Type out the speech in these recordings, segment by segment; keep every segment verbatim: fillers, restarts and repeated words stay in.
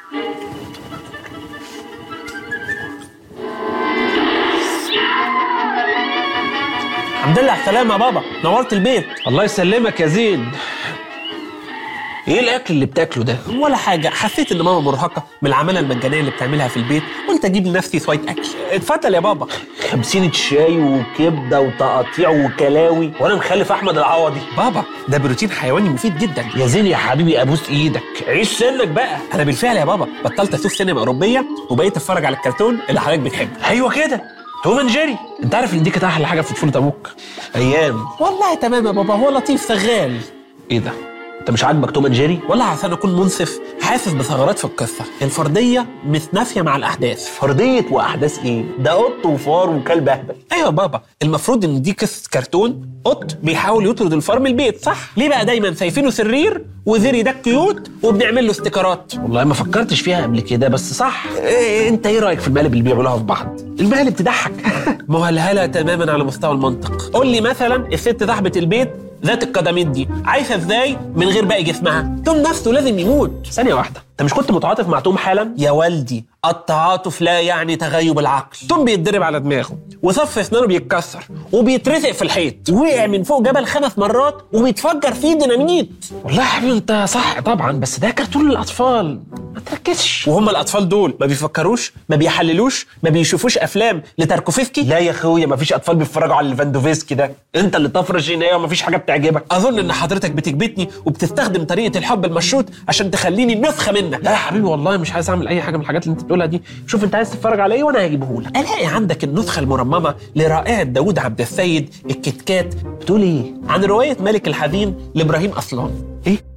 الحمد لله على السلامة يا بابا، نورت البيت. الله يسلمك يا زين. ايه الاكل اللي بتاكله ده؟ ولا حاجة، حسيت ان ماما مرهقة من العمالة المجانية اللي بتعملها في البيت، قلت اجيب لنفسي شوية اكل. اتفضل يا بابا. خمسينة شاي وكبدة وتقطيع وكلاوي، وانا مخلف احمد العوضي. بابا ده بروتين حيواني مفيد جدا. يا زين يا حبيبي ابوس ايدك، عيش سنك بقى. انا بالفعل يا بابا بطلت اشوف سينما اوروبيه وبقيت اتفرج على الكرتون اللي حضرتك بتحبه. ايوه كده، توم اند جيري. انت عارف ان دي كانت احلى حاجه في طفوله ابوك؟ ايام والله تمام يا بابا، هو لطيف شغال. ايه ده؟ انت مش عاجبك توم اند جيري؟ والله عشان اكون منصف حاسس بثغرات في القصه، الفرديه مش نافيه مع الاحداث. فرديه واحداث ايه؟ ده قط وفار وكلب اهبل. ايوه يا بابا، المفروض ان دي قصه كرتون قط بيحاول يطرد الفار من البيت، صح؟ ليه بقى دايما شايفينه سرير وزيري ده كيوت وبنعمل له استيكرات؟ والله ما فكرتش فيها قبل كده، بس صح. إيه انت ايه رايك في المقالب اللي بيعملوها في بعض؟ المقالب بتضحك. مهلهله تماما على مستوى المنطق. قول لي مثلا الست صاحبه البيت ذات القدمين دي عايشه ازاي من غير باقي جسمها؟ توم نفسه لازم يموت. ثانيه واحده، انت مش كنت متعاطف مع توم حالا؟ يا والدي التعاطف لا يعني تغيب العقل. توم بيتضرب على دماغه وصف اسنانه بيتكسر وبيترزق في الحيط، وقع من فوق جبل خمس مرات وبيتفجر فيه ديناميت. والله يا حبيبي انت صح طبعا، بس ده كرتون للاطفال، ما تركزش. وهم الاطفال دول ما بيفكروش، ما بيحللوش، ما بيشوفوش افلام لتاركوفسكي؟ لا يا اخويا، ما فيش اطفال بيتفرجوا على ليفاندوفسكي ده، انت اللي طفرش هنا وما فيش حاجه بتعجبك. اظن ان حضرتك بتكبتني وبتستخدم طريقه الحب المشروط عشان تخليني نسخه منك. لا يا حبيبي والله مش عايز اعمل اي حاجه من الحاجات اللي انت بتقولها دي، شوف انت عايز تتفرج على ايه وانا هجيبه لك. الاقي عندك النسخه المرممه لرائعه داوود عبد السيد الكتكات. بتقول ايه؟ عن روايه ملك الحزين لابراهيم اصلان. ايه؟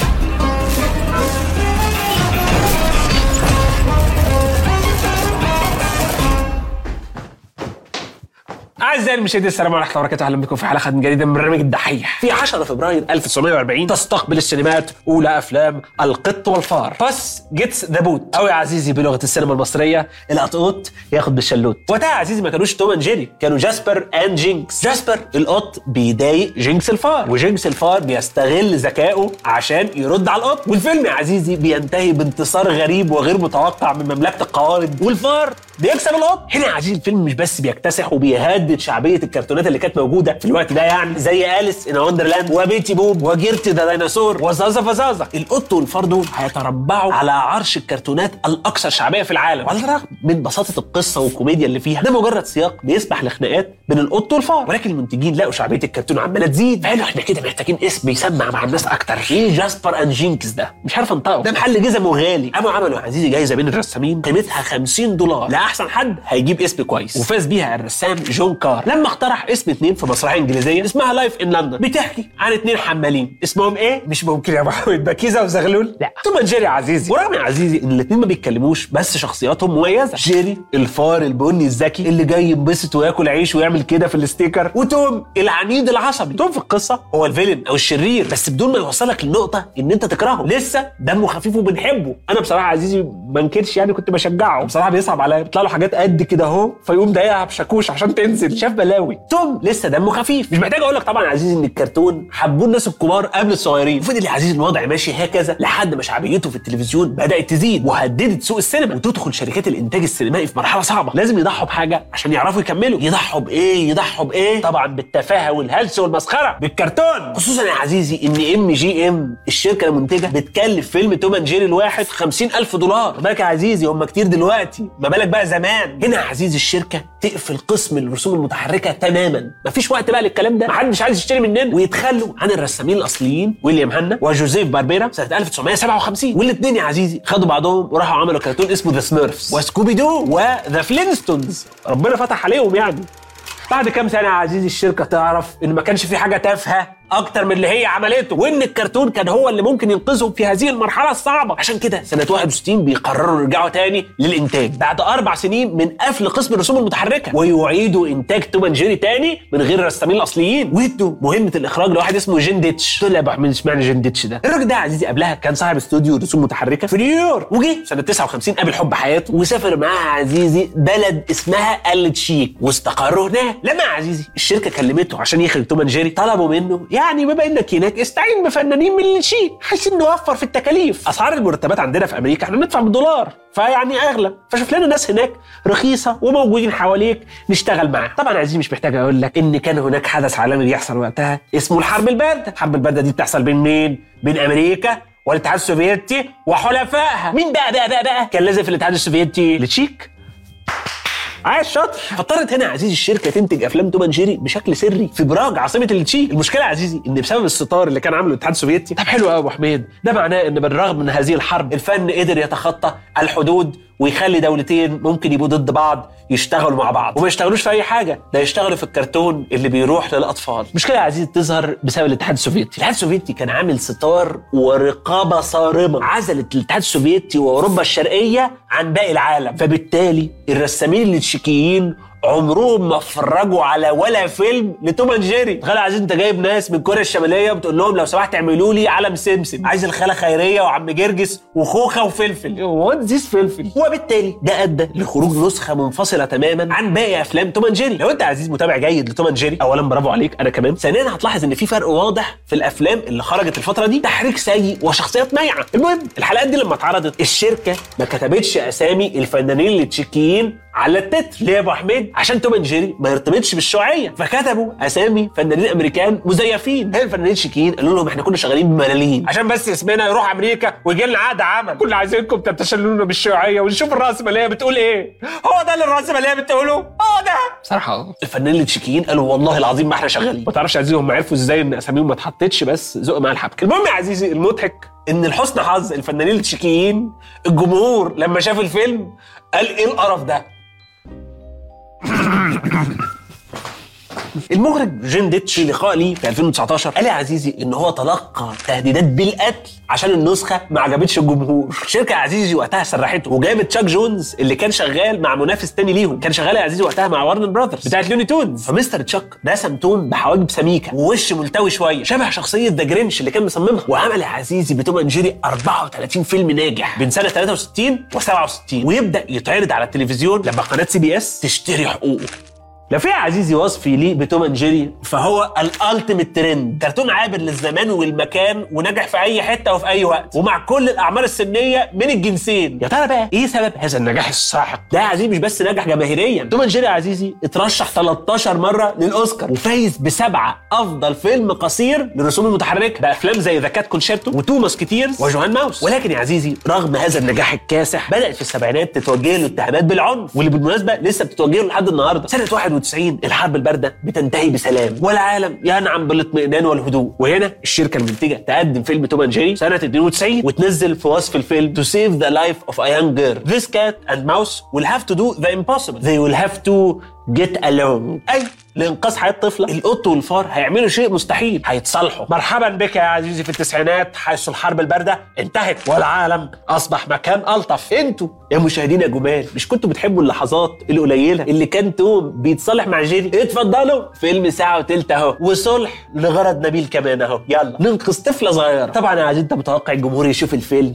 أعزائي المشاهدين السلام عليكم ورحمة الله وبركاته، أهلا بكم في حلقة جديدة من برنامج الدحيح. في عشرة فبراير ألف وتسعمائة وأربعين تستقبل السينمات أولى أفلام القط والفار، بس جيتس ذا بوت، أو يا عزيزي بلغة السينما المصرية القطوط ياخد بالشلوت. وقتها يا عزيزي ما كانوش توم اند جيري، كانوا جاسبر اند جينكس. جاسبر القط بيضايق جينكس الفار، وجينكس الفار بيستغل ذكائه عشان يرد على القط. والفيلم يا عزيزي بينتهي بانتصار غريب وغير متوقع من مملكة القوارض، والفار بيكسب القط. هنا يا عزيزي الفيلم مش بس بيكتسح وبيهدد شعبيه الكرتونات اللي كانت موجوده في الوقت ده، يعني زي أليس إن وندرلاند وبيتي بوب وجيرتي ذا ديناصور وزازا فزازا. القط والفار دول هيتربعوا على عرش الكرتونات الاكثر شعبيه في العالم، وعلى الرغم من بساطه القصه والكوميديا اللي فيها، ده مجرد سياق بيسمح لخناقات بين القط والفار. ولكن المنتجين لقوا شعبيه الكرتون عماله تزيد، فقالوا احنا كده محتاجين اسم يسمع مع الناس اكتر. ايه جاسبر اند جينكس ده؟ مش عارف انطقه، ده محل جزم وغالي. قاموا عملوا يا عزيزي جايزه بين الرسامين قيمتها خمسين دولار لاحسن حد هيجيب اسم كويس، وفاز بيها الرسام جون كار لما اقترح اسم اتنين في مسرحيه انجليزيه اسمها لايف ان لندن، بتحكي عن اتنين حمالين اسمهم ايه؟ مش ممكن يا ابو حميد، بكيزه وزغلول؟ لا، توم اند جيري يا عزيزي. ورغم يا عزيزي ان الاتنين ما بيتكلموش بس شخصياتهم مميزه. جيري الفار البني الذكي اللي جاي ينبسط وياكل عيش ويعمل كده في الاستيكر، وتوم العنيد العصبي. توم في القصه هو الفيلن او الشرير، بس بدون ما يوصلك للنقطه ان انت تكرهه، لسه دمه خفيف وبنحبه. انا بصراحه عزيزي ما انكرش يعني كنت بشجعه، بصراحه بيصعب عليا، بيطلع له حاجات قد كده اهو فيقوم ضايقها بشاكوش عشان تنزل، شاف بلاوي. توم لسه دمه خفيف. مش محتاج اقول لك طبعا يا عزيزي ان الكرتون حبوه الناس الكبار قبل الصغيرين، وفضل يا عزيزي الوضع ماشي هكذا لحد ما شعبيته في التلفزيون بدات تزيد وهددت سوق السينما، وتدخل شركات الانتاج السينمائي في مرحله صعبه. لازم يضحوا بحاجه عشان يعرفوا يكملوا. يضحوا بايه؟ يضحوا بايه؟ طبعا بالتفاهه والهلس والمسخره، بالكرتون. خصوصا يا عزيزي ان ام جي ام الشركه المنتجه بتكلف فيلم توم اند جيري الواحد خمسين ألف دولار. بالك يا عزيزي هم كتير دلوقتي، ما بالك بقى زمان. هنا يا عزيزي الشركه تقفل قسم الرسوم المتحركه تماما، مفيش وقت بقى للكلام ده، محدش عايز يشتري مننا، ويتخلوا عن الرسامين الاصليين ويليام هانا وجوزيف باربيرا سنه ألف وتسعمائة وسبعة وخمسين. والاثنين يا عزيزي خدوا بعضهم وراحوا عملوا كرتون اسمه ذا سميرفز وسكوبي دو وذا فلينستونز، ربنا فتح عليهم يعني. بعد كام سنه يا عزيزي الشركه تعرف ان ما كانش في حاجه تافهه اكتر من اللي هي عملته، وان الكرتون كان هو اللي ممكن ينقذهم في هذه المرحله الصعبه. عشان كده سنه واحد وستين بيقرروا يرجعوا تاني للانتاج بعد اربع سنين من قفل قسم الرسوم المتحركه، ويعيدوا انتاج توم اند جيري تاني من غير الرسامين الاصليين، وادوا مهمه الاخراج لواحد اسمه جين ديتش. قلت له يا ابو حميد اشمعنى جين ديتش ده؟ الراجل ده يا عزيزي قبلها كان صاحب استوديو رسوم متحركه في نيويورك، وجي سنه تسعة وخمسين قابل حب حياته وسافر معاها يا عزيزي بلد اسمها التشيك واستقروا هناك. لما يا عزيزي الشركه كلمته عشان يخرج توم اند جيري طلبوا منه يعني بما انك هناك استعين بفنانين من اللي تشيك حيث انه يوفر في التكاليف. اسعار المرتبات عندنا في امريكا احنا بندفع بالدولار فيعني اغلى، فشوف لنا ناس هناك رخيصه وموجودين حواليك نشتغل معاهم. طبعا عزيزي مش محتاج اقول لك ان كان هناك حدث عالمي بيحصل وقتها اسمه الحرب البارده. الحرب البارده دي بتحصل بين مين؟ بين امريكا والاتحاد السوفيتي وحلفائها. مين بقى بقى بقى بقى كان لازم في الاتحاد السوفيتي؟ التشيك. عايز شاطر. فاضطرت هنا يا عزيزي الشركه تنتج افلام توم اند جيري بشكل سري في براغ عاصمه التشيك. المشكله يا عزيزي ان بسبب الستار اللي كان عامله الاتحاد السوفيتي. طب حلو قوي يا ابو حميد، ده معناه ان بالرغم من هذه الحرب الفن قدر يتخطى الحدود ويخلي دولتين ممكن يبقوا ضد بعض يشتغلوا مع بعض وما يشتغلوش في اي حاجه، ده يشتغلوا في الكرتون اللي بيروح للاطفال. المشكله يا عزيزي تظهر بسبب الاتحاد السوفيتي. الاتحاد السوفيتي كان عامل ستار ورقابه صارمه عزلت الاتحاد السوفيتي واوروبا الشرقيه عن باقي العالم، فبالتالي الرسامين التشيكيين عمرهم ما اتفرجوا على ولا فيلم لتوم اند جيري. تخيل يا عزيزي انت جايب ناس من كوريا الشماليه وبتقول لهم لو سمحت اعملوا لي علم سمسم، عايز الخاله خيريه وعم جرجس وخوخه وفلفل. وات ذيس فلفل؟ وبالتالي ده ادى لخروج نسخه منفصله تماما عن باقي افلام توم اند جيري. لو انت يا عزيز متابع جيد لتوم اند جيري، اولا برافو عليك، انا كمان. ثانيا هتلاحظ ان في فرق واضح في الافلام اللي خرجت الفتره دي، تحريك سيء وشخصيات مايعه. المهم الحلقات دي لما اتعرضت الشركه ما كتبتش اسامي الفنانين التشيكيين على التتر. ليه يا ابو حميد؟ عشان توم اند جيري ما يرتبطش بالشيوعيه، فكتبوا اسامي فنانين امريكان مزيفين. هي الفنانين التشيكيين قالوا لهم احنا كنا شغالين بملاليم عشان بس اسمنا يروح امريكا ويجي لنا عقد عمل، كنا عايزينكم تتشللونا بالشيوعيه ونشوف الراسماليه بتقول ايه. هو ده اللي الراسماليه بتقوله؟ هو ده بصراحه. الفنانين التشيكيين قالوا والله العظيم ما احنا شغالين. ما تعرفش يا عزيزي هم عرفوا ازاي ان اساميهم ما اتحطتش بس ذوق مع الحبكه. المهم يا عزيزي المضحك ان لحسن حظ الفنانين التشيكيين الجمهور لما شاف الفيلم قال ايه القرف ده. المخرج جيم ديتش في لقاء ليه في ألفين وتسعتاشر قال يا عزيزي ان هو تلقى تهديدات بالقتل عشان النسخه ما عجبتش الجمهور. الشركه يا عزيزي وقتها سرحته وجابت تشاك جونز اللي كان شغال مع منافس تاني ليهم، كان شغال يا عزيزي وقتها مع وارنر براذرز بتاعت لوني تونز. فمستر تشاك رسم توم بحواجب سميكه ووش ملتوي شويه شبه شخصيه ذا جرينش اللي كان مصممها، وعمل يا عزيزي بتوم اند جيري أربعة وثلاثين فيلم ناجح بين سنه ثلاثة وستين وسبعة وستين، ويبدا يتعرض على التلفزيون لما قناه سي بي اس تشتري حقوقه. لو في عزيزي وصف يليق بتوم اند جيري فهو الالتيميت ترند، كرتون عابر للزمان والمكان ونجح في اي حته وفي اي وقت ومع كل الاعمار السنيه من الجنسين. يا ترى بقى ايه سبب هذا النجاح الساحق؟ ده يا عزيزي مش بس نجح جماهيريا، توم اند جيري يا عزيزي اترشح تلتاشر مره للاوسكار وفايز بسبعه افضل فيلم قصير للرسوم المتحركه بافلام زي ذا كات كونشيرتو وتو ماسكيتيرز وجوان ماوس. ولكن يا عزيزي رغم هذا النجاح الكاسح بدات في السبعينات تتوجه له اتهامات بالعنف واللي بالمناسبه لسه بتتوجه له لحد النهارده. سنه واحد وتسعين الحرب البارده بتنتهي بسلام والعالم ينعم بالاطمئنان والهدوء، وهنا الشركه المنتجه تقدم فيلم توم اند جيري سنه اتنين وتسعين وتنزل في وصف الفيلم to save the life of a young girl this cat and mouse will have to do the impossible they will have to get along. اي لانقاذ حياه طفله القط والفار هيعملوا شيء مستحيل، هيتصالحوا. مرحبا بك يا عزيزي في التسعينات حيث الحرب البارده انتهت والعالم اصبح مكان الطف. انتوا يا مشاهدين يا جمال مش كنتوا بتحبوا اللحظات القليله اللي كان توم بيتصالح مع جيري؟ اتفضلوا فيلم ساعه وتلت اهو وصلح لغرض نبيل كمان اهو، يلا ننقذ طفله صغيره. طبعا يا عزيزي انت متوقع الجمهور يشوف الفيلم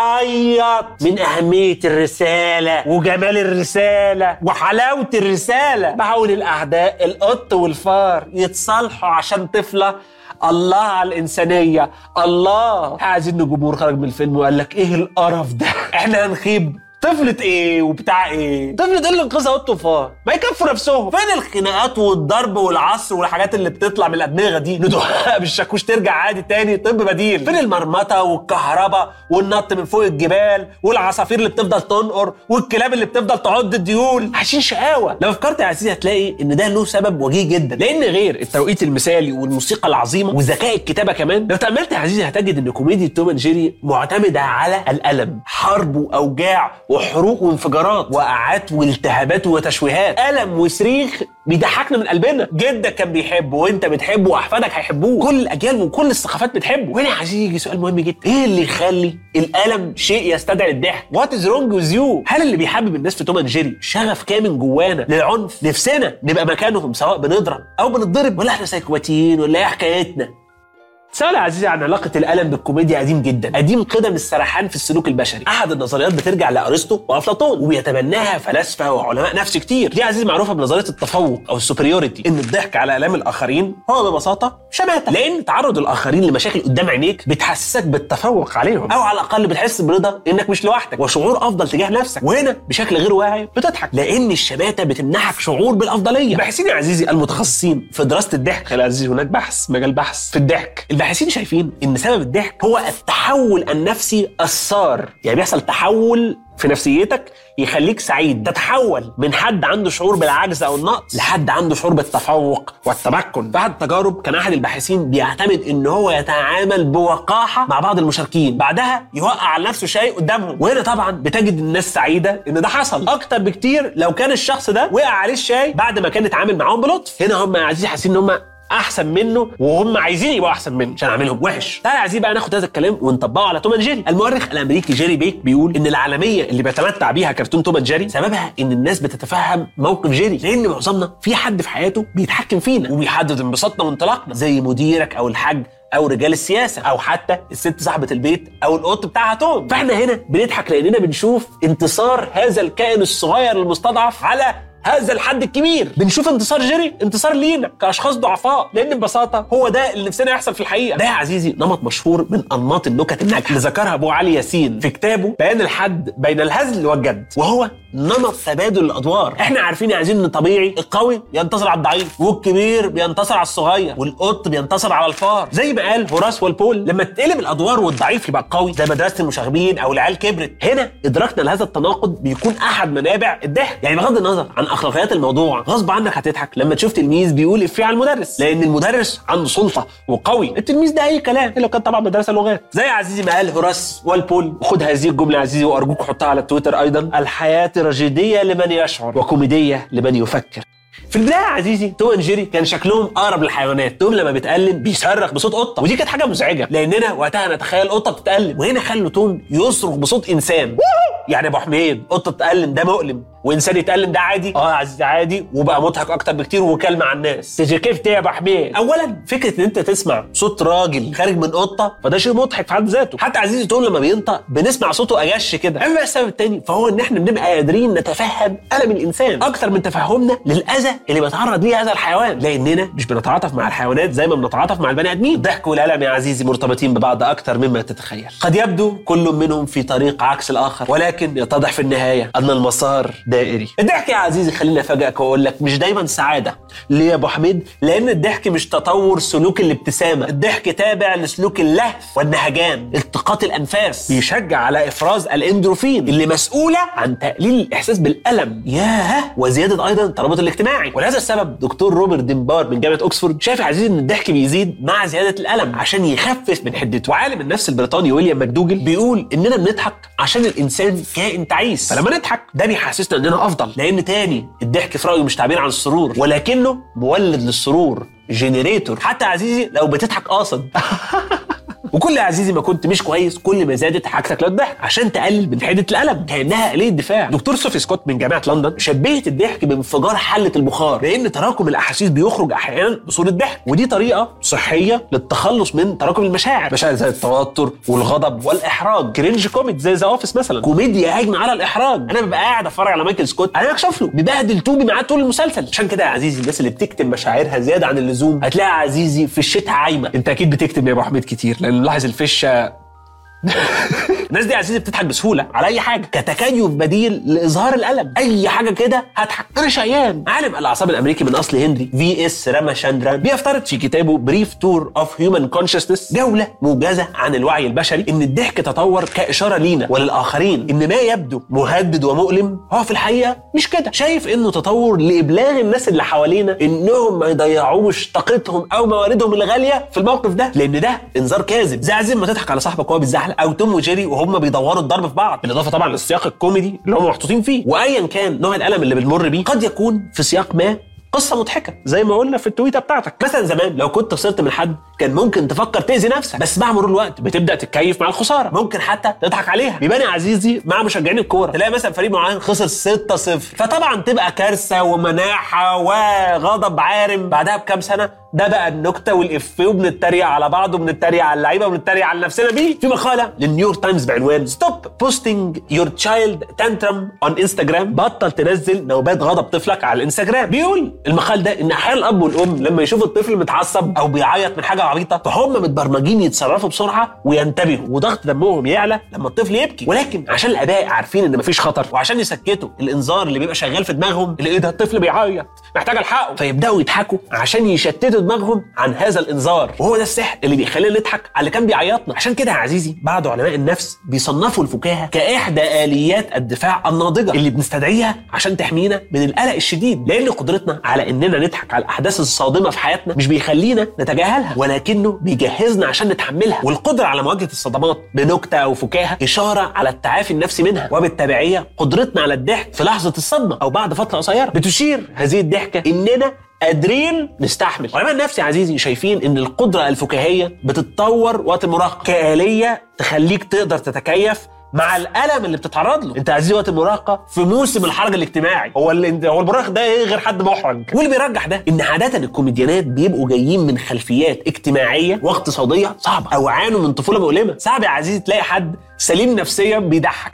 يعيط من اهميه الرساله وجمال الرساله وحلاوه الرساله. بحاول الاعداء القط والفار يتصالحوا عشان طفله. الله على الانسانيه، الله. عايزين الجمهور خرج من الفيلم وقال لك ايه القرف ده؟ احنا هنخيب طفلة ايه وبتاع ايه؟ طفلة ايه اللي انقذها قط وفار؟ ما يكفوا نفسهم. فين الخناقات والضرب والعصر والحاجات اللي بتطلع من الادمغه دي؟ ندوها بالشاكوش ترجع عادي تاني طب بديل. فين المرمطه والكهرباء والنط من فوق الجبال والعصافير اللي بتفضل تنقر والكلاب اللي بتفضل تعض الديول؟ عايشين شقاوه. لو فكرت يا عزيزي هتلاقي ان ده له سبب وجيه جدا، لان غير التوقيت المثالي والموسيقى العظيمه وذكاء الكتابه كمان، لو تاملت يا عزيزي هتجد ان كوميديا توم اند جيري معتمده على الالم، حرب واوجاع وحروق وانفجارات وقعات والتهابات وتشويهات، ألم وصريخ بيضحكنا من قلبنا. جدك كان بيحبه وانت بتحبه واحفادك هيحبوه، كل الاجيال وكل الثقافات بتحبه. وهنا يا عزيزي يجي سؤال مهم جدا، ايه اللي يخلي الالم شيء يستدعي الضحك؟ وات از رونج وذ يو؟ هل اللي بيحبب الناس في توم اند جيري شغف كامن جوانا للعنف، نفسنا نبقى مكانهم سواء بنضرب او بنضرب، ولا احنا سايكوباتيين ولا ايه حكايتنا؟ سؤال يا عزيزي عن علاقه الالم بالكوميديا قديم جدا، قديم قدم السرحان في السلوك البشري. احد النظريات بترجع لارسطو وافلاطون وبيتبناها فلاسفه وعلماء نفس كتير. دي عزيزي معروفه بنظريه التفوق او السوبريوريتي، ان الضحك على الام الاخرين هو ببساطه شماته، لان تعرض الاخرين لمشاكل قدام عينيك بتحسسك بالتفوق عليهم، او على الاقل بتحس برضا انك مش لوحدك وشعور افضل تجاه نفسك. وهنا بشكل غير واعي بتضحك، لان الشماته بتمنحك شعور بالافضليه. الباحثين يا عزيزي المتخصصين في دراسه الضحك، يا عزيزي هناك بحث مجال بحث في الضحك، الباحثين شايفين ان سبب الضحك هو التحول النفسي السار. يعني بيحصل تحول في نفسيتك يخليك سعيد، تتحول من حد عنده شعور بالعجز او النقص لحد عنده شعور بالتفوق والتمكن. بعد التجارب كان احد الباحثين بيعتمد ان هو يتعامل بوقاحه مع بعض المشاركين، بعدها يوقع على نفسه شيء قدامهم. وهنا طبعا بتجد الناس سعيده ان ده حصل اكتر بكتير لو كان الشخص ده وقع عليه الشاي بعد ما كان اتعامل معاهم بلطف. هنا هم يا عزيزي حاسين ان هم احسن منه وهم عايزين يبقوا احسن منه عشان اعملهم وحش. تعالى يا عزيزي بقى ناخد هذا الكلام ونطبقه على توم اند جيري. المؤرخ الامريكي جيري بيك بيقول ان العالميه اللي بيتمتع بيها كرتون توم اند جيري سببها ان الناس بتتفهم موقف جيري، لان معظمنا في حد في حياته بيتحكم فينا وبيحدد انبساطنا وانطلاقنا، زي مديرك او الحاج او رجال السياسه او حتى الست صاحبه البيت او القط بتاعها توم. فاحنا هنا بنضحك لاننا بنشوف انتصار هذا الكائن الصغير المستضعف على هذا الحد الكبير. بنشوف انتصار جيري انتصار لينا كاشخاص ضعفاء، لان ببساطه هو ده اللي نفسنا يحصل في الحقيقه. ده يا عزيزي نمط مشهور من انماط النكت الناجحه اللي ذكرها ابو علي ياسين في كتابه بيان الحد بين الهزل والجد، وهو نمط تبادل الادوار. احنا عارفين يا عزيزي ان طبيعي القوي بينتصر على الضعيف والكبير بينتصر على الصغير والقط بينتصر على الفار، زي ما قال هوراس والبول لما تقلب الادوار والضعيف يبقى القوي زي مدرسه المشاغبين او العيال كبرت. هنا ادراكنا لهذا التناقض بيكون احد منابع الضحك. يعني بغض النظر عن اخلاقيات الموضوع، غصب عنك هتضحك لما تشوف تلميذ بيقول افيه على المدرس، لان المدرس عنده سلطه وقوي، التلميذ ده اي كلام لو كان طبعا مدرسه لغات. زي يا عزيزي ما قال هوراس والبول، خد هذه الجمله يا عزيزي وارجوك حطها على تويتر ايضا: الحياه تراجيديه لمن يشعر وكوميديه لمن يفكر. في البدايه يا عزيزي توم اند جيري كان شكلهم اقرب للحيوانات. توم لما بيتألم بيصرخ بصوت قطه، ودي كانت حاجه مزعجه لاننا وقتها نتخيل قطه بتتألم، وهنا خلوا توم يصرخ بصوت انسان. يعني ابو حميد قطه تتألم ده مؤلم وانسان يتألم ده عادي؟ اه يا عزيزي عادي، وبقى مضحك اكتر بكتير وكال مع الناس. تجكفت يا ابو حميد. اولا فكره ان انت تسمع صوت راجل خارج من قطه فده شيء مضحك في حد ذاته. حتى عزيزي توم لما بينطق بنسمع صوته اجش كده. اما السبب الثاني فهو ان احنا بنبقى قادرين نتفهم الم الانسان اكتر من تفهمنا للاذى اللي بيتعرض ليه هذا الحيوان، لاننا مش بنتعاطف مع الحيوانات زي ما بنتعاطف مع البني ادمين. الضحك والالم يا عزيزي مرتبطين ببعض اكتر مما تتخيل. قد يبدو كل منهم في طريق عكس الاخر، ولكن يتضح في النهايه ان المسار دائري. الضحك يا عزيزي خليني افاجئك واقول لك مش دايما سعاده. ليه يا ابو حميد؟ لان الضحك مش تطور سلوك الابتسامه، الضحك تابع لسلوك اللهف والنهجان، التقاط الانفاس، بيشجع على افراز الاندروفين اللي مسؤوله عن تقليل الاحساس بالالم، ياه، وزياده ايضا الترابط الاجتماعي. ولهذا السبب دكتور روبرت ديمبار من جامعه اوكسفورد شايف يا عزيزي ان الضحك بيزيد مع زياده الالم عشان يخفف من حدته. وعالم النفس البريطاني ويليام ماكدوجل بيقول اننا بنضحك عشان الانسان كائن تعيس، فلما نضحك ده بيحسسنا اننا افضل. لان تاني الضحك في رايه مش تعبير عن السرور ولكنه مولد للسرور، جينيريتور. حتى عزيزي لو بتضحك قاصد وكل يا عزيزي ما كنت مش كويس كل ما زادت حاجتك للضحك عشان تقلل من حده الالم، كانها آلية دفاع. دكتور سوفي سكوت من جامعه لندن شبهت الضحك بانفجار حله البخار، لان تراكم الاحاسيس بيخرج احيانا بصوره ضحك، ودي طريقه صحيه للتخلص من تراكم المشاعر، مشاعر زي التوتر والغضب والاحراج. كرينج كوميدي زي ذا اوفيس مثلا، كوميديا هجمه على الاحراج. انا ببقى قاعد اتفرج على مايكل سكوت انا بكشف له بيبهدل توبي معاه طول المسلسل. عشان كده يا عزيزي الناس اللي بتكتم مشاعرها زياده عن اللزوم هتلاقي يا عزيزي في الشتاء عايمه. انت اكيد بتكتم يا ابو حميد كتير، لان لاحظ الفشه الناس دي يا عزيزي بتضحك بسهوله على اي حاجه كتكيف بديل لاظهار الالم. اي حاجه كده هضحك انا شقيان. عالم الاعصاب الامريكي من اصل هندي في اس راماشاندران بيفترض في كتابه بريف تور اوف هيومن كونشسنس، جوله موجزه عن الوعي البشري، ان الضحك تطور كاشاره لينا وللاخرين ان ما يبدو مهدد ومؤلم هو في الحقيقه مش كده. شايف انه تطور لابلاغ الناس اللي حوالينا انهم ما يضيعوش طاقتهم او مواردهم الغاليه في الموقف ده، لان ده انذار كاذب. زي عزيزي ما تضحك على صاحبك وهو بيزعل، او توم وجيري وهم بيدوروا الضرب في بعض، بالاضافه طبعا للسياق الكوميدي اللي هم محطوطين فيه. وايا كان نوع الالم اللي بنمر بيه قد يكون في سياق ما قصه مضحكه زي ما قلنا في التويته بتاعتك. مثلا زمان لو كنت خسرت من حد كان ممكن تفكر تاذي نفسك، بس مع مرور الوقت بتبدا تتكيف مع الخساره، ممكن حتى تضحك عليها. بيبان يا عزيزي مع مشجعين الكوره، تلاقي مثلا فريق معين خسر ستة صفر، فطبعا تبقى كارثه ومناحه وغضب عارم. بعدها بكام سنه ده بقى النكته والافيه، وبنتريق على بعض وبنتريق على اللعيبه وبنتريق على نفسنا بيه. في مقاله للنيويورك تايمز بعنوان ستوب بوستنج يور تشايلد تانترم اون انستجرام، بطل تنزل نوبات غضب طفلك على الانستجرام. بيقول المقال ده ان احيانا الاب والام لما يشوفوا الطفل متعصب او بيعيط من حاجه عبيطه فهم متبرمجين يتصرفوا بسرعه وينتبهوا، وضغط دمهم يعلى لما الطفل يبكي. ولكن عشان الاباء عارفين ان مفيش خطر، وعشان يسكتوا الانذار اللي بيبقى شغال في دماغهم اللي ايه ده الطفل بيعيط محتاج الحقه، فيبداوا يضحكوا عشان يشتتوا دماغهم عن هذا الانذار. وهو ده السحر اللي بيخلينا نضحك على اللي كان بيعيطنا. عشان كده يا عزيزي بعض علماء النفس بيصنفوا الفكاهه كاحدى اليات الدفاع الناضجه اللي بنستدعيها عشان تحمينا من القلق الشديد، لان قدرتنا على اننا نضحك على الاحداث الصادمه في حياتنا مش بيخلينا نتجاهلها، ولكنه بيجهزنا عشان نتحملها. والقدره على مواجهه الصدمات بنكته او فكاهه اشاره على التعافي النفسي منها، وبالتبعيه قدرتنا على الضحك في لحظه الصدمه او بعد فتره قصيره بتشير هذه الضحكه اننا قادرين نستحمل. علماء النفس يا عزيزي شايفين ان القدره الفكاهيه بتتطور وقت المراهقه كآلية تخليك تقدر تتكيف مع الالم اللي بتتعرض له. انت يا عزيزي وقت المراهقه في موسم الحرج الاجتماعي، هو اللي هو المراهق ده ايه غير حد محرج. واللي بيرجح ده ان عاده الكوميديانات بيبقوا جايين من خلفيات اجتماعيه واقتصاديه صعبه او عانوا من طفوله مؤلمه. صعب يا عزيزي تلاقي حد سليم نفسيا بيضحك.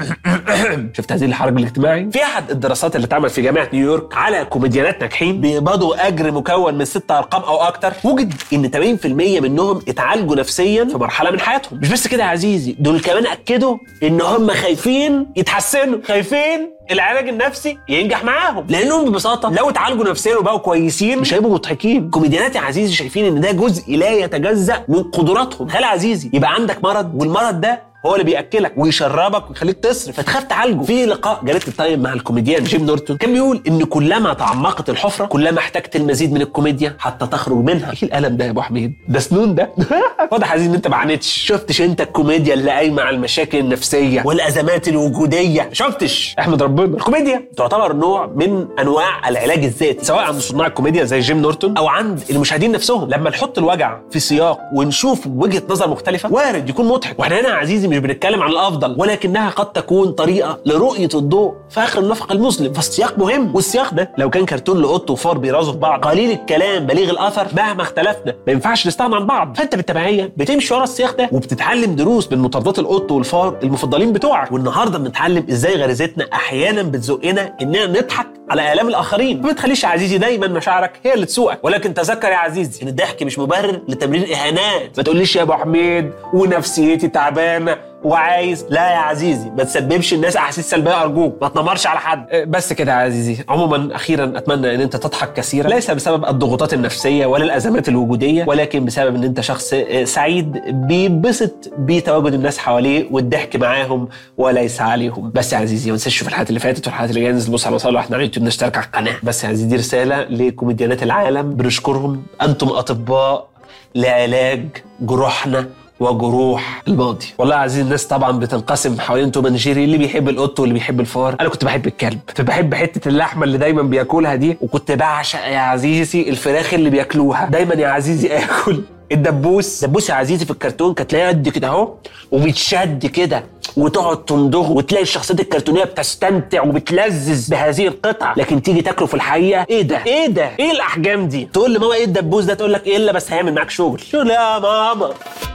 شفت هذه الحرج الاجتماعي؟ في احد الدراسات اللي اتعملت في جامعه نيويورك على كوميديانات ناجحين بيقبضوا اجر مكون من ست ارقام او اكتر، وجد ان ثمانين بالمية منهم اتعالجوا نفسيا في مرحله من حياتهم. مش بس كده يا عزيزي، دول كمان اكدوا ان هم خايفين يتحسنوا، خايفين العلاج النفسي ينجح معاهم، لانهم ببساطه لو اتعالجوا نفسيا وبقوا كويسين مش هيبقوا مضحكين. كوميديانات يا عزيزي شايفين ان ده جزء لا يتجزأ من قدراتهم. تخيل يا عزيزي يبقى عندك مرض والمرض ده هو اللي بيأكلك ويشربك ويخليك تصرف فتخاف تعالجه. في لقاء جريدة التايم مع الكوميديان جيم نورتون كان بيقول ان كلما تعمقت الحفره كلما احتجت المزيد من الكوميديا حتى تخرج منها. ايه الالم ده يا ابو حميد؟ ده سنون ده. واضح يا عزيزي ان انت ما عانيتش. شفتش انت الكوميديا اللي قايمه على المشاكل النفسيه والازمات الوجوديه؟ شفتش؟ احمد ربنا. الكوميديا تعتبر نوع من انواع العلاج الذاتي، سواء عند صناع الكوميديا زي جيم نورتون او عند المشاهدين نفسهم. لما نحط الوجع في سياق ونشوف وجهه نظر مختلفه وارد يكون مضحك. واحنا هنا يا عزيزي مش بنتكلم عن الافضل، ولكنها قد تكون طريقه لرؤيه الضوء في اخر النفق المظلم. فالسياق مهم، والسياق ده لو كان كرتون لقط وفار بيرازوا في بعض قليل الكلام بليغ الاثر مهما اختلفنا ما ينفعش نستغنى عن بعض. فانت بالتبعيه بتمشي ورا السياق ده وبتتعلم دروس من مطاردات القط والفار المفضلين بتوعك. والنهارده بنتعلم ازاي غريزتنا احيانا بتزقنا اننا نضحك على الام الاخرين. ما تخليش يا عزيزي دايما مشاعرك هي اللي تسوقك، ولكن تذكر يا عزيزي ان الضحك مش مبرر لتمرير الاهانات. ما تقوليش يا ابو حميد ونفسيتي تعبانه وعايز، لا يا عزيزي ما تسببش الناس احاسيس سلبيه ارجوك، ما تنمرش على حد. بس كده يا عزيزي. عموما اخيرا اتمنى ان انت تضحك كثيرا، ليس بسبب الضغوطات النفسيه ولا الازمات الوجوديه، ولكن بسبب ان انت شخص سعيد بيبسط بتواجد الناس حواليه والضحك معاهم وليس عليهم. بس يا عزيزي ما تنساش تشوف الحلقات اللي فاتت والحلقات اللي جايه، ننزل بص على صالح احنا على اليوتيوب، نشترك على القناه. بس يا عزيزي دي رساله لكوميديانات العالم بنشكرهم، انتم اطباء لعلاج جروحنا وجروح الماضي. والله يا عزيزي الناس طبعا بتنقسم حوالين توم اند جيري، اللي بيحب القط واللي بيحب الفار. انا كنت بحب الكلب، كنت بحب حته اللحمه اللي دايما بياكلها دي، وكنت بعشق يا عزيزي الفراخ اللي بياكلوها دايما يا عزيزي. اكل الدبوس. دبوس يا عزيزي في الكرتون كانت تلاقيه قد كده اهو وبيتشد كده وتقعد تمضغه، وتلاقي الشخصيات الكرتونيه بتستمتع وبتلذذ بهذه القطعه، لكن تيجي تاكله في الحقيقه ايه ده ايه ده ايه الاحجام دي؟ تقول لماما ايه الدبوس ده؟ تقول لك ايه الا بس هيعمل معاك شغل. شغل يا ماما.